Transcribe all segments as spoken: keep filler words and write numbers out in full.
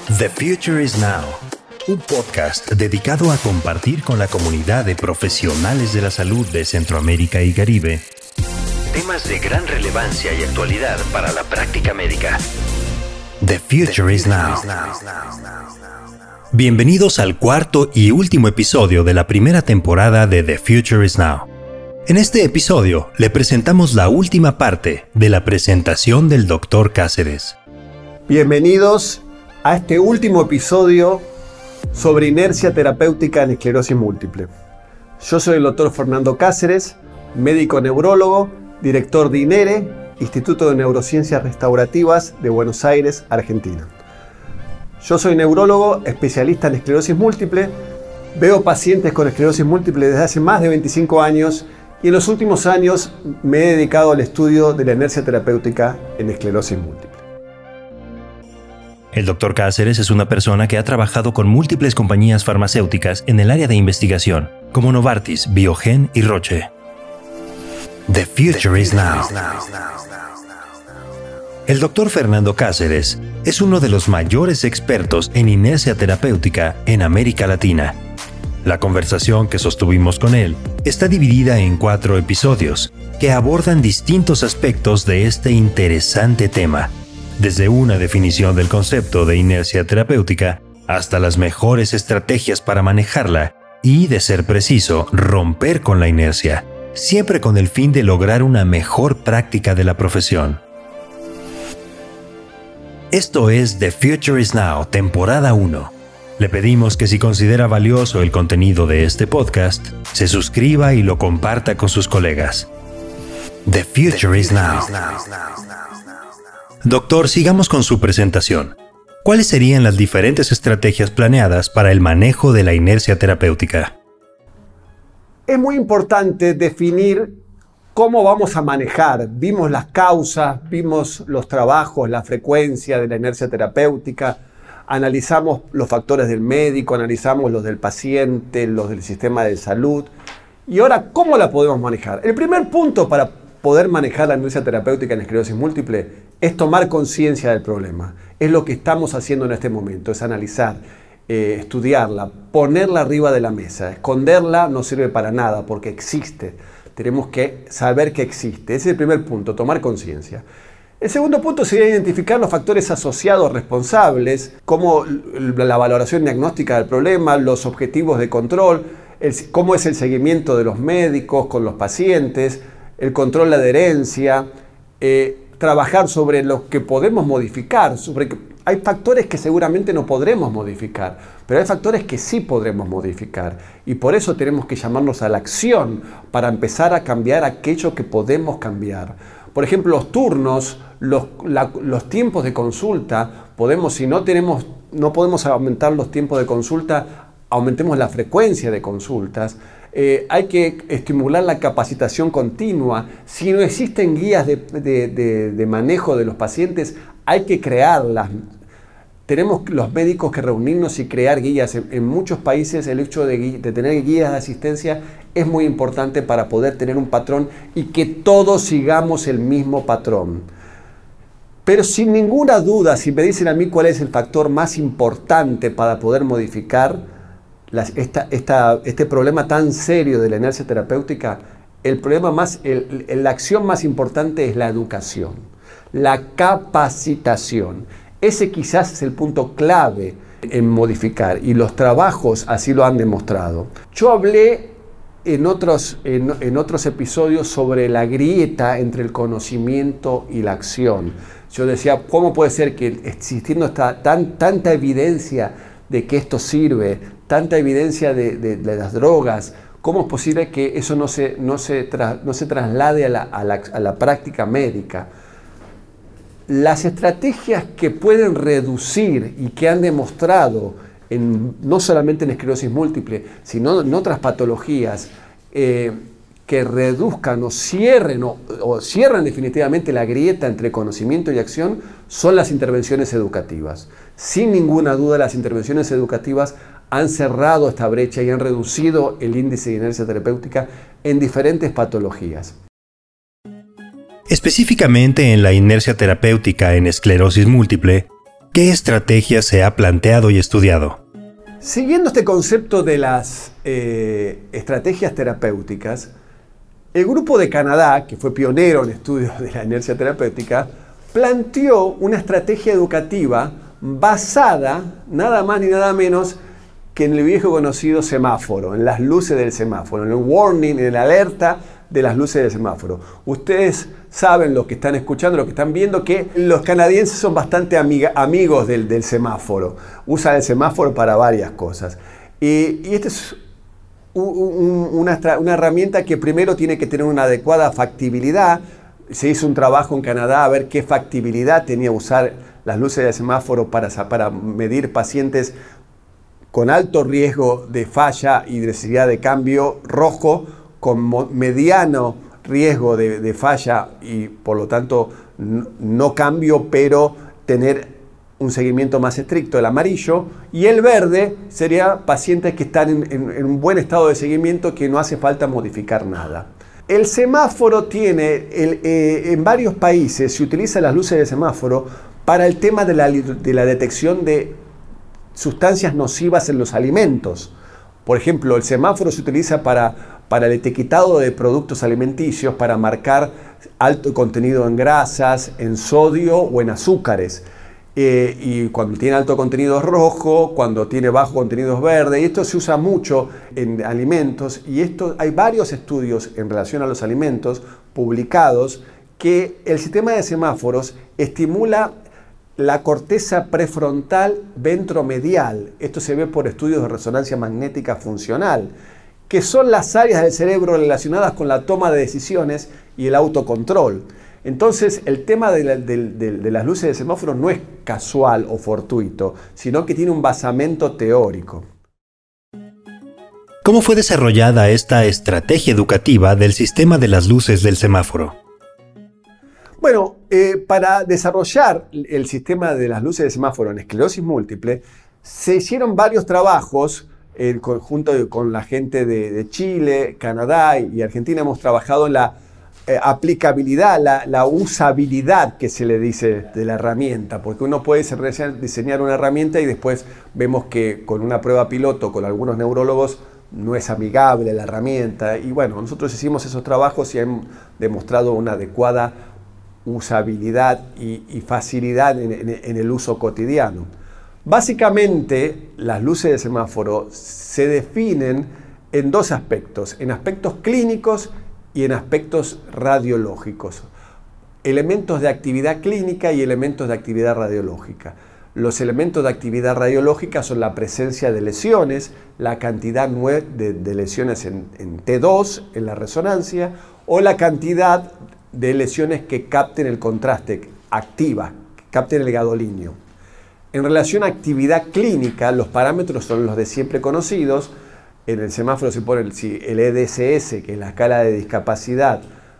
The Future is Now, un podcast dedicado a compartir con la comunidad de profesionales de la salud de Centroamérica y Caribe temas de gran relevancia y actualidad para la práctica médica. The Future is Now. Bienvenidos al cuarto y último episodio de la primera temporada de The Future is Now. En este episodio le presentamos la última parte de la presentación del doctor Cáceres. Bienvenidos a este último episodio sobre inercia terapéutica en esclerosis múltiple. Yo soy el doctor Fernando Cáceres, médico neurólogo, director de INERE, Instituto de Neurociencias Restaurativas de Buenos Aires, Argentina. Yo soy neurólogo, especialista en esclerosis múltiple, veo pacientes con esclerosis múltiple desde hace más de veinticinco años y en los últimos años me he dedicado al estudio de la inercia terapéutica en esclerosis múltiple. El doctor Cáceres es una persona que ha trabajado con múltiples compañías farmacéuticas en el área de investigación, como Novartis, Biogen y Roche. The Future is Now. El doctor Fernando Cáceres es uno de los mayores expertos en inercia terapéutica en América Latina. La conversación que sostuvimos con él está dividida en cuatro episodios que abordan distintos aspectos de este interesante tema, desde una definición del concepto de inercia terapéutica hasta las mejores estrategias para manejarla y, de ser preciso, romper con la inercia, siempre con el fin de lograr una mejor práctica de la profesión. Esto es The Future is Now, temporada uno. Le pedimos que si considera valioso el contenido de este podcast, se suscriba y lo comparta con sus colegas. The Future is Now. Doctor, sigamos con su presentación. ¿Cuáles serían las diferentes estrategias planeadas para el manejo de la inercia terapéutica? Es muy importante definir cómo vamos a manejar. Vimos las causas, vimos los trabajos, la frecuencia de la inercia terapéutica, analizamos los factores del médico, analizamos los del paciente, los del sistema de salud. Y ahora, ¿cómo la podemos manejar? El primer punto para poder manejar la inercia terapéutica en esclerosis múltiple es tomar conciencia del problema. Es lo que estamos haciendo en este momento, es analizar, eh, estudiarla, ponerla arriba de la mesa. Esconderla no sirve para nada porque existe. Tenemos que saber que existe. Ese es el primer punto, tomar conciencia. El segundo punto sería identificar los factores asociados responsables, como la valoración diagnóstica del problema, los objetivos de control, el, cómo es el seguimiento de los médicos con los pacientes, el control de adherencia, eh, trabajar sobre lo que podemos modificar. Sobre, hay factores que seguramente no podremos modificar, pero hay factores que sí podremos modificar. Y por eso tenemos que llamarnos a la acción para empezar a cambiar aquello que podemos cambiar. Por ejemplo, los turnos, los, la, los tiempos de consulta, podemos, si no, tenemos, no podemos aumentar los tiempos de consulta, aumentemos la frecuencia de consultas. Eh, hay que estimular la capacitación continua. Si no existen guías de, de, de, de manejo de los pacientes, hay que crearlas. Tenemos los médicos que reunirnos y crear guías. En, en muchos países el hecho de, de tener guías de asistencia es muy importante para poder tener un patrón y que todos sigamos el mismo patrón. Pero sin ninguna duda, si me dicen a mí cuál es el factor más importante para poder modificar las, esta, esta, este problema tan serio de la inercia terapéutica, el problema más, el, la acción más importante es la educación, la capacitación. Ese quizás es el punto clave en modificar y los trabajos así lo han demostrado. Yo hablé en otros, en, en otros episodios sobre la grieta entre el conocimiento y la acción. Yo decía, ¿cómo puede ser que existiendo esta, tan, tanta evidencia de que esto sirve, tanta evidencia de, de, de las drogas, cómo es posible que eso no se, no se, tra, no se traslade a la, a, la, a la práctica médica? Las estrategias que pueden reducir y que han demostrado, en, no solamente en esclerosis múltiple, sino en otras patologías, eh, que reduzcan o cierren o, o cierran definitivamente la grieta entre conocimiento y acción, son las intervenciones educativas. Sin ninguna duda, las intervenciones educativas han cerrado esta brecha y han reducido el índice de inercia terapéutica en diferentes patologías. Específicamente en la inercia terapéutica en esclerosis múltiple, ¿Qué estrategia se ha planteado y estudiado? Siguiendo este concepto de las eh, estrategias terapéuticas, el grupo de Canadá, que fue pionero en estudios de la inercia terapéutica, planteó una estrategia educativa basada nada más ni nada menos que en el viejo conocido semáforo, en las luces del semáforo, en el warning, en la alerta de las luces del semáforo. Ustedes saben, los que están escuchando, los que están viendo, que los canadienses son bastante amiga, amigos del, del semáforo. Usan el semáforo para varias cosas. Y, y esta es un, un, una, una herramienta que primero tiene que tener una adecuada factibilidad. Se hizo un trabajo en Canadá a ver qué factibilidad tenía usar las luces del semáforo para, para medir pacientes con alto riesgo de falla y necesidad de cambio rojo, con mediano riesgo de, de falla y por lo tanto no, no cambio, pero tener un seguimiento más estricto, el amarillo, y el verde sería pacientes que están en, en, en un buen estado de seguimiento, que no hace falta modificar nada. El semáforo tiene, el, eh, en varios países se utilizan las luces de semáforo para el tema de la, de la detección de sustancias nocivas en los alimentos. Por ejemplo, el semáforo se utiliza para, para el etiquetado de productos alimenticios, para marcar alto contenido en grasas, en sodio o en azúcares. Eh, y cuando tiene alto contenido es rojo, cuando tiene bajo contenido es verde. Y esto se usa mucho en alimentos. Y esto, hay varios estudios en relación a los alimentos publicados que el sistema de semáforos estimula la corteza prefrontal ventromedial. Esto se ve por estudios de resonancia magnética funcional, que son las áreas del cerebro relacionadas con la toma de decisiones y el autocontrol. Entonces, el tema de, la, de, de, de las luces de semáforo no es casual o fortuito, sino que tiene un basamento teórico. ¿Cómo fue desarrollada esta estrategia educativa del sistema de las luces del semáforo? Bueno, eh, para desarrollar el sistema de las luces de semáforo en esclerosis múltiple, se hicieron varios trabajos eh, junto con la gente de, de Chile, Canadá y Argentina. Hemos trabajado en la eh, aplicabilidad, la, la usabilidad que se le dice de la herramienta, porque uno puede diseñar una herramienta y después vemos que con una prueba piloto con algunos neurólogos no es amigable la herramienta. Y bueno, nosotros hicimos esos trabajos y hemos demostrado una adecuada usabilidad y, y facilidad en, en, en el uso cotidiano. Básicamente, las luces de semáforo se definen en dos aspectos, en aspectos clínicos y en aspectos radiológicos. Elementos de actividad clínica y elementos de actividad radiológica. Los elementos de actividad radiológica son la presencia de lesiones, la cantidad de, de lesiones en, en T dos, en la resonancia, o la cantidad de lesiones que capten el contraste, activa, que capten el gadolíneo. En relación a actividad clínica, los parámetros son los de siempre conocidos. En el semáforo se pone el, si el E D S S, que es la escala de discapacidad,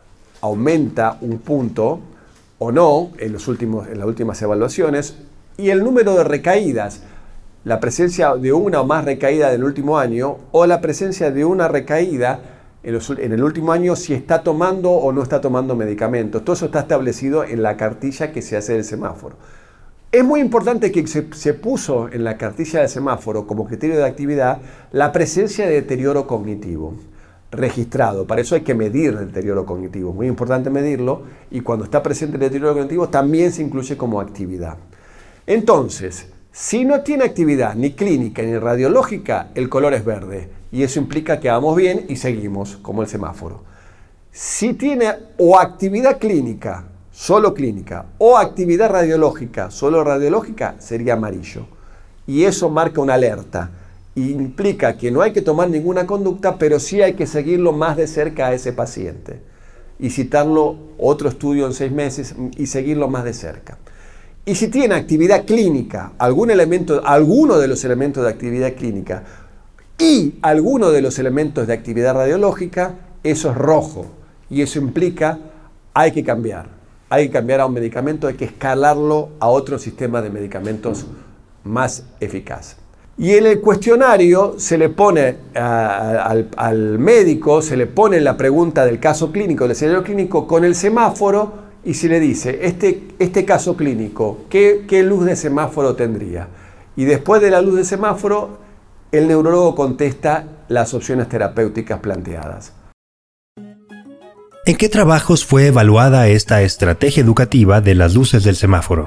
aumenta un punto o no en, los últimos, en las últimas evaluaciones, y el número de recaídas, la presencia de una o más recaídas del último año, o la presencia de una recaída En, los, en el último año, si está tomando o no está tomando medicamentos. Todo eso está establecido en la cartilla que se hace del semáforo. Es muy importante que se, se puso en la cartilla del semáforo como criterio de actividad la presencia de deterioro cognitivo registrado. Para eso hay que medir el deterioro cognitivo. Muy importante medirlo, y cuando está presente el deterioro cognitivo también se incluye como actividad. Entonces, si no tiene actividad ni clínica ni radiológica, el color es verde. Y eso implica que vamos bien y seguimos, como el semáforo. Si tiene o actividad clínica, solo clínica, o actividad radiológica, solo radiológica, sería amarillo. Y eso marca una alerta. Y implica que no hay que tomar ninguna conducta, pero sí hay que seguirlo más de cerca a ese paciente. Y citarlo otro estudio en seis meses y seguirlo más de cerca. Y si tiene actividad clínica, algún elemento, alguno de los elementos de actividad clínica, y alguno de los elementos de actividad radiológica, eso es rojo. Y eso implica, hay que cambiar. Hay que cambiar a un medicamento, hay que escalarlo a otro sistema de medicamentos más eficaz. Y en el cuestionario se le pone a, al, al médico, se le pone la pregunta del caso clínico, del escenario clínico, con el semáforo y se le dice, este, este caso clínico, ¿qué, ¿qué luz de semáforo tendría? Y después de la luz de semáforo, el neurólogo contesta las opciones terapéuticas planteadas. ¿En qué trabajos fue evaluada esta estrategia educativa de las luces del semáforo?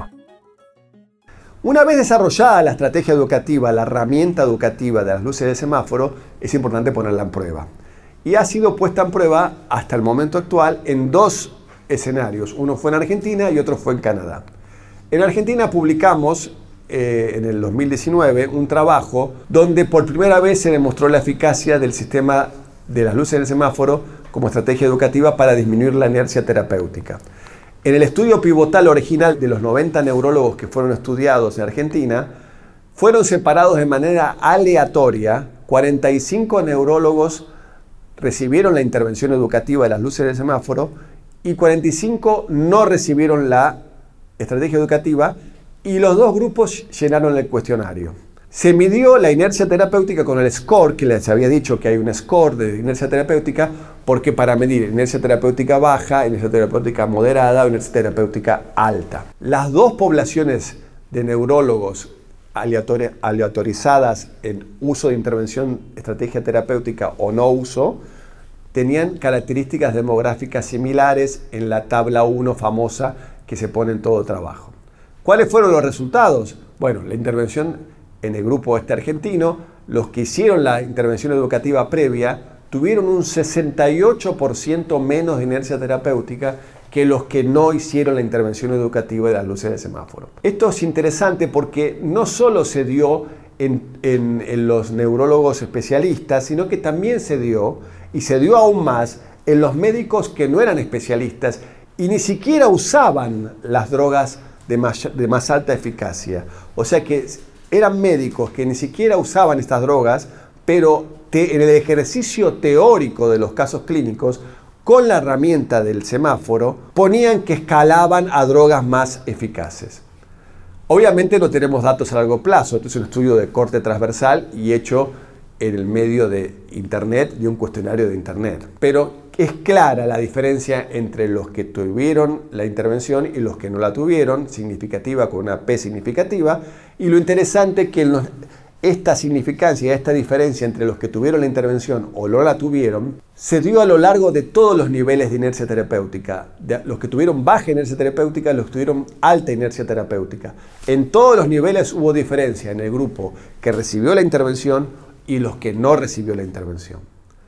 Una vez desarrollada la estrategia educativa, la herramienta educativa de las luces del semáforo, es importante ponerla en prueba. Y ha sido puesta en prueba hasta el momento actual en dos escenarios. Uno fue en Argentina y otro fue en Canadá. En Argentina publicamos eh, en el dos mil diecinueve un trabajo donde por primera vez se demostró la eficacia del sistema de las luces del semáforo como estrategia educativa para disminuir la inercia terapéutica. En el estudio pivotal original de los noventa neurólogos que fueron estudiados en Argentina, fueron separados de manera aleatoria. cuarenta y cinco neurólogos recibieron la intervención educativa de las luces del semáforo y cuarenta y cinco no recibieron la estrategia educativa, y los dos grupos llenaron el cuestionario. Se midió la inercia terapéutica con el score, que les había dicho que hay un score de inercia terapéutica, porque para medir inercia terapéutica baja, inercia terapéutica moderada o inercia terapéutica alta. Las dos poblaciones de neurólogos aleatori- aleatorizadas en uso de intervención, estrategia terapéutica o no uso, tenían características demográficas similares en la tabla uno famosa que se pone en todo trabajo. ¿Cuáles fueron los resultados? Bueno, la intervención en el grupo este argentino, los que hicieron la intervención educativa previa tuvieron un sesenta y ocho por ciento menos de inercia terapéutica que los que no hicieron la intervención educativa de las luces del semáforo. Esto es interesante porque no solo se dio en, en, en los neurólogos especialistas, sino que también se dio, y se dio aún más, en los médicos que no eran especialistas y ni siquiera usaban las drogas de más, de más alta eficacia. O sea que eran médicos que ni siquiera usaban estas drogas, pero te, en el ejercicio teórico de los casos clínicos, con la herramienta del semáforo, ponían que escalaban a drogas más eficaces. Obviamente no tenemos datos a largo plazo, esto es un estudio de corte transversal y hecho en el medio de Internet, de un cuestionario de Internet. Pero es clara la diferencia entre los que tuvieron la intervención y los que no la tuvieron, significativa con una P significativa, y lo interesante es que los, esta significancia, esta diferencia entre los que tuvieron la intervención o no la tuvieron, se dio a lo largo de todos los niveles de inercia terapéutica. De los que tuvieron baja inercia terapéutica, los que tuvieron alta inercia terapéutica. En todos los niveles hubo diferencia en el grupo que recibió la intervención y los que no recibió la intervención.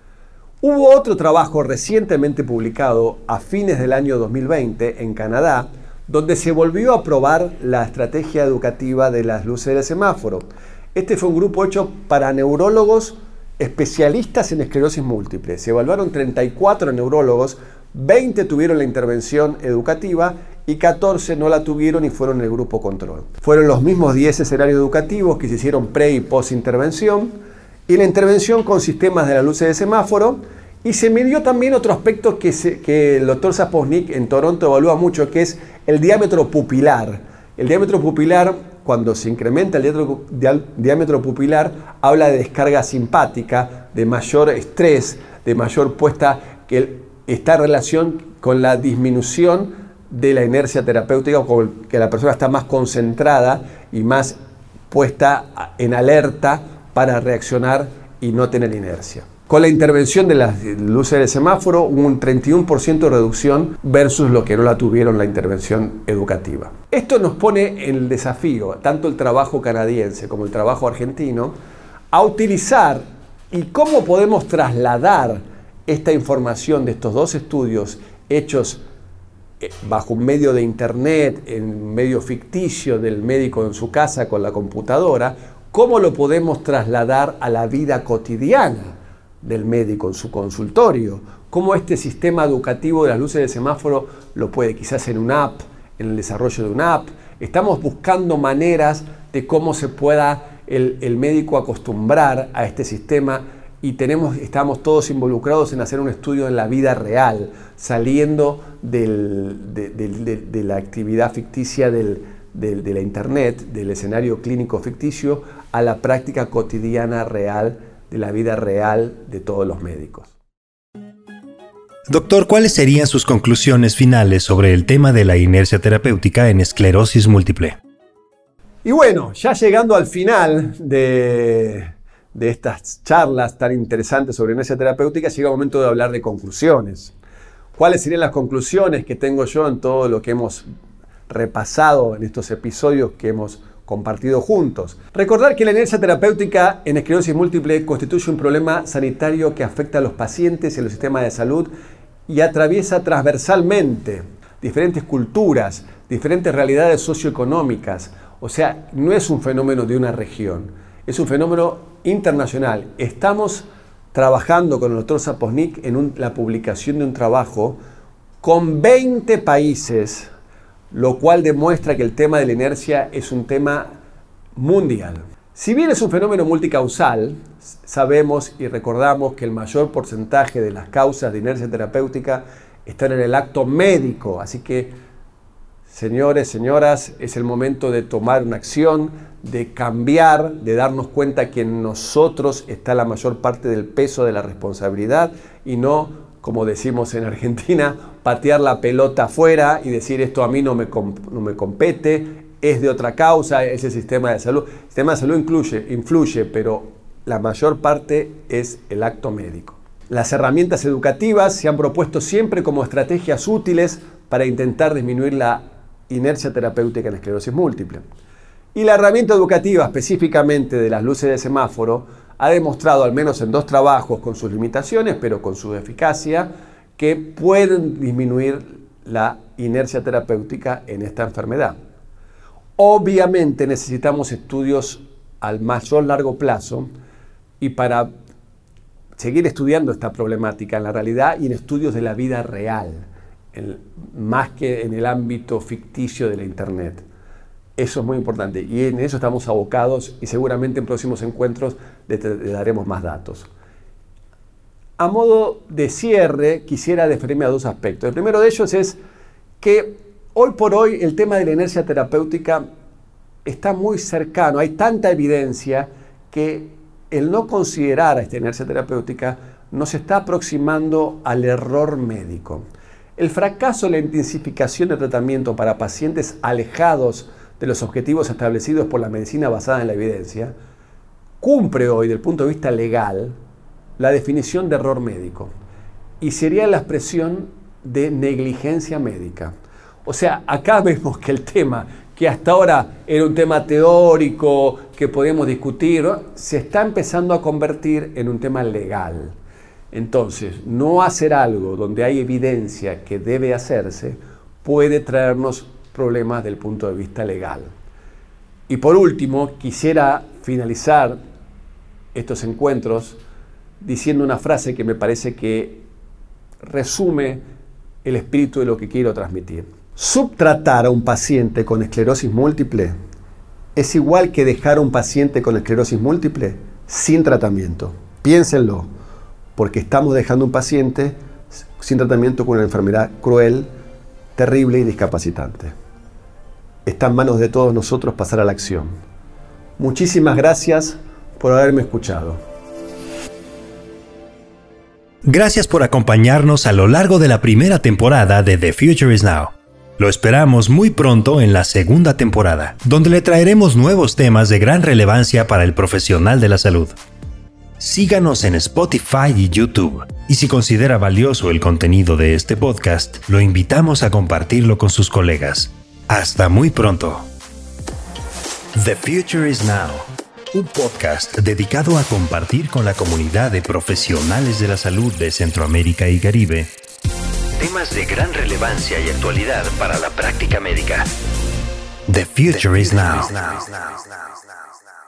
Hubo otro trabajo recientemente publicado a fines del año dos mil veinte en Canadá, donde se volvió a probar la estrategia educativa de las luces del semáforo. Este fue un grupo hecho para neurólogos especialistas en esclerosis múltiple. Se evaluaron treinta y cuatro neurólogos, veinte tuvieron la intervención educativa y catorce no la tuvieron y fueron el grupo control. Fueron los mismos diez escenarios educativos que se hicieron pre y post intervención, y la intervención con sistemas de las luces de semáforo, y se midió también otro aspecto que, se, que el doctor Saposnik en Toronto evalúa mucho, que es el diámetro pupilar. El diámetro pupilar, cuando se incrementa el diámetro, diámetro pupilar, habla de descarga simpática, de mayor estrés, de mayor puesta, que está en relación con la disminución de la inercia terapéutica, con que la persona está más concentrada y más puesta en alerta para reaccionar y no tener inercia. Con la intervención de las luces del semáforo hubo un treinta y uno por ciento de reducción versus lo que no la tuvieron la intervención educativa. Esto nos pone en el desafío, tanto el trabajo canadiense como el trabajo argentino, a utilizar y cómo podemos trasladar esta información de estos dos estudios hechos bajo un medio de Internet, en un medio ficticio del médico en su casa con la computadora, cómo lo podemos trasladar a la vida cotidiana del médico en su consultorio, cómo este sistema educativo de las luces del semáforo lo puede quizás en una app, en el desarrollo de una app. Estamos buscando maneras de cómo se pueda el, el médico acostumbrar a este sistema, y tenemos, estamos todos involucrados en hacer un estudio en la vida real, saliendo del, de, de, de, de la actividad ficticia del, de, de la Internet, del escenario clínico ficticio, a la práctica cotidiana real de la vida real de todos los médicos. Doctor, ¿cuáles serían sus conclusiones finales sobre el tema de la inercia terapéutica en esclerosis múltiple? Y bueno, ya llegando al final de, de estas charlas tan interesantes sobre inercia terapéutica, llega el momento de hablar de conclusiones. ¿Cuáles serían las conclusiones que tengo yo en todo lo que hemos repasado en estos episodios que hemos compartido juntos? Recordar que la inercia terapéutica en esclerosis múltiple constituye un problema sanitario que afecta a los pacientes y a los sistemas de salud y atraviesa transversalmente diferentes culturas, diferentes realidades socioeconómicas. O sea, no es un fenómeno de una región, es un fenómeno internacional. Estamos trabajando con el doctor Saposnik en un, la publicación de un trabajo con veinte países, lo cual demuestra que el tema de la inercia es un tema mundial. Si bien es un fenómeno multicausal, sabemos y recordamos que el mayor porcentaje de las causas de inercia terapéutica están en el acto médico, así que señores, señoras, es el momento de tomar una acción, de cambiar, de darnos cuenta que en nosotros está la mayor parte del peso de la responsabilidad y no, como decimos en Argentina, patear la pelota afuera y decir esto a mí no me, no me compete, es de otra causa, es el sistema de salud. El sistema de salud incluye, influye, pero la mayor parte es el acto médico. Las herramientas educativas se han propuesto siempre como estrategias útiles para intentar disminuir la inercia terapéutica en esclerosis múltiple. Y la herramienta educativa específicamente de las luces de semáforo ha demostrado, al menos en dos trabajos con sus limitaciones, pero con su eficacia, que pueden disminuir la inercia terapéutica en esta enfermedad. Obviamente necesitamos estudios al mayor largo plazo y para seguir estudiando esta problemática en la realidad y en estudios de la vida real, en, más que en el ámbito ficticio de la Internet. Eso es muy importante y en eso estamos abocados y seguramente en próximos encuentros le, le daremos más datos. A modo de cierre, quisiera referirme a dos aspectos. El primero de ellos es que hoy por hoy el tema de la inercia terapéutica está muy cercano. Hay tanta evidencia que el no considerar a esta inercia terapéutica nos está aproximando al error médico. El fracaso en la intensificación de tratamiento para pacientes alejados de los objetivos establecidos por la medicina basada en la evidencia cumple hoy, desde el punto de vista legal, la definición de error médico y sería la expresión de negligencia médica. O sea, acá vemos que el tema, que hasta ahora era un tema teórico que podíamos discutir, ¿no?, se está empezando a convertir en un tema legal. Entonces, no hacer algo donde hay evidencia que debe hacerse puede traernos problemas del punto de vista legal. Y por último, quisiera finalizar estos encuentros diciendo una frase que me parece que resume el espíritu de lo que quiero transmitir. Subtratar a un paciente con esclerosis múltiple es igual que dejar a un paciente con esclerosis múltiple sin tratamiento. Piénsenlo, porque estamos dejando a un paciente sin tratamiento con una enfermedad cruel, terrible y discapacitante. Está en manos de todos nosotros pasar a la acción. Muchísimas gracias por haberme escuchado. Gracias por acompañarnos a lo largo de la primera temporada de The Future is Now. Lo esperamos muy pronto en la segunda temporada, donde le traeremos nuevos temas de gran relevancia para el profesional de la salud. Síganos en Spotify y YouTube, y si considera valioso el contenido de este podcast, lo invitamos a compartirlo con sus colegas. Hasta muy pronto. The Future is Now, un podcast dedicado a compartir con la comunidad de profesionales de la salud de Centroamérica y Caribe temas de gran relevancia y actualidad para la práctica médica. The Future is now.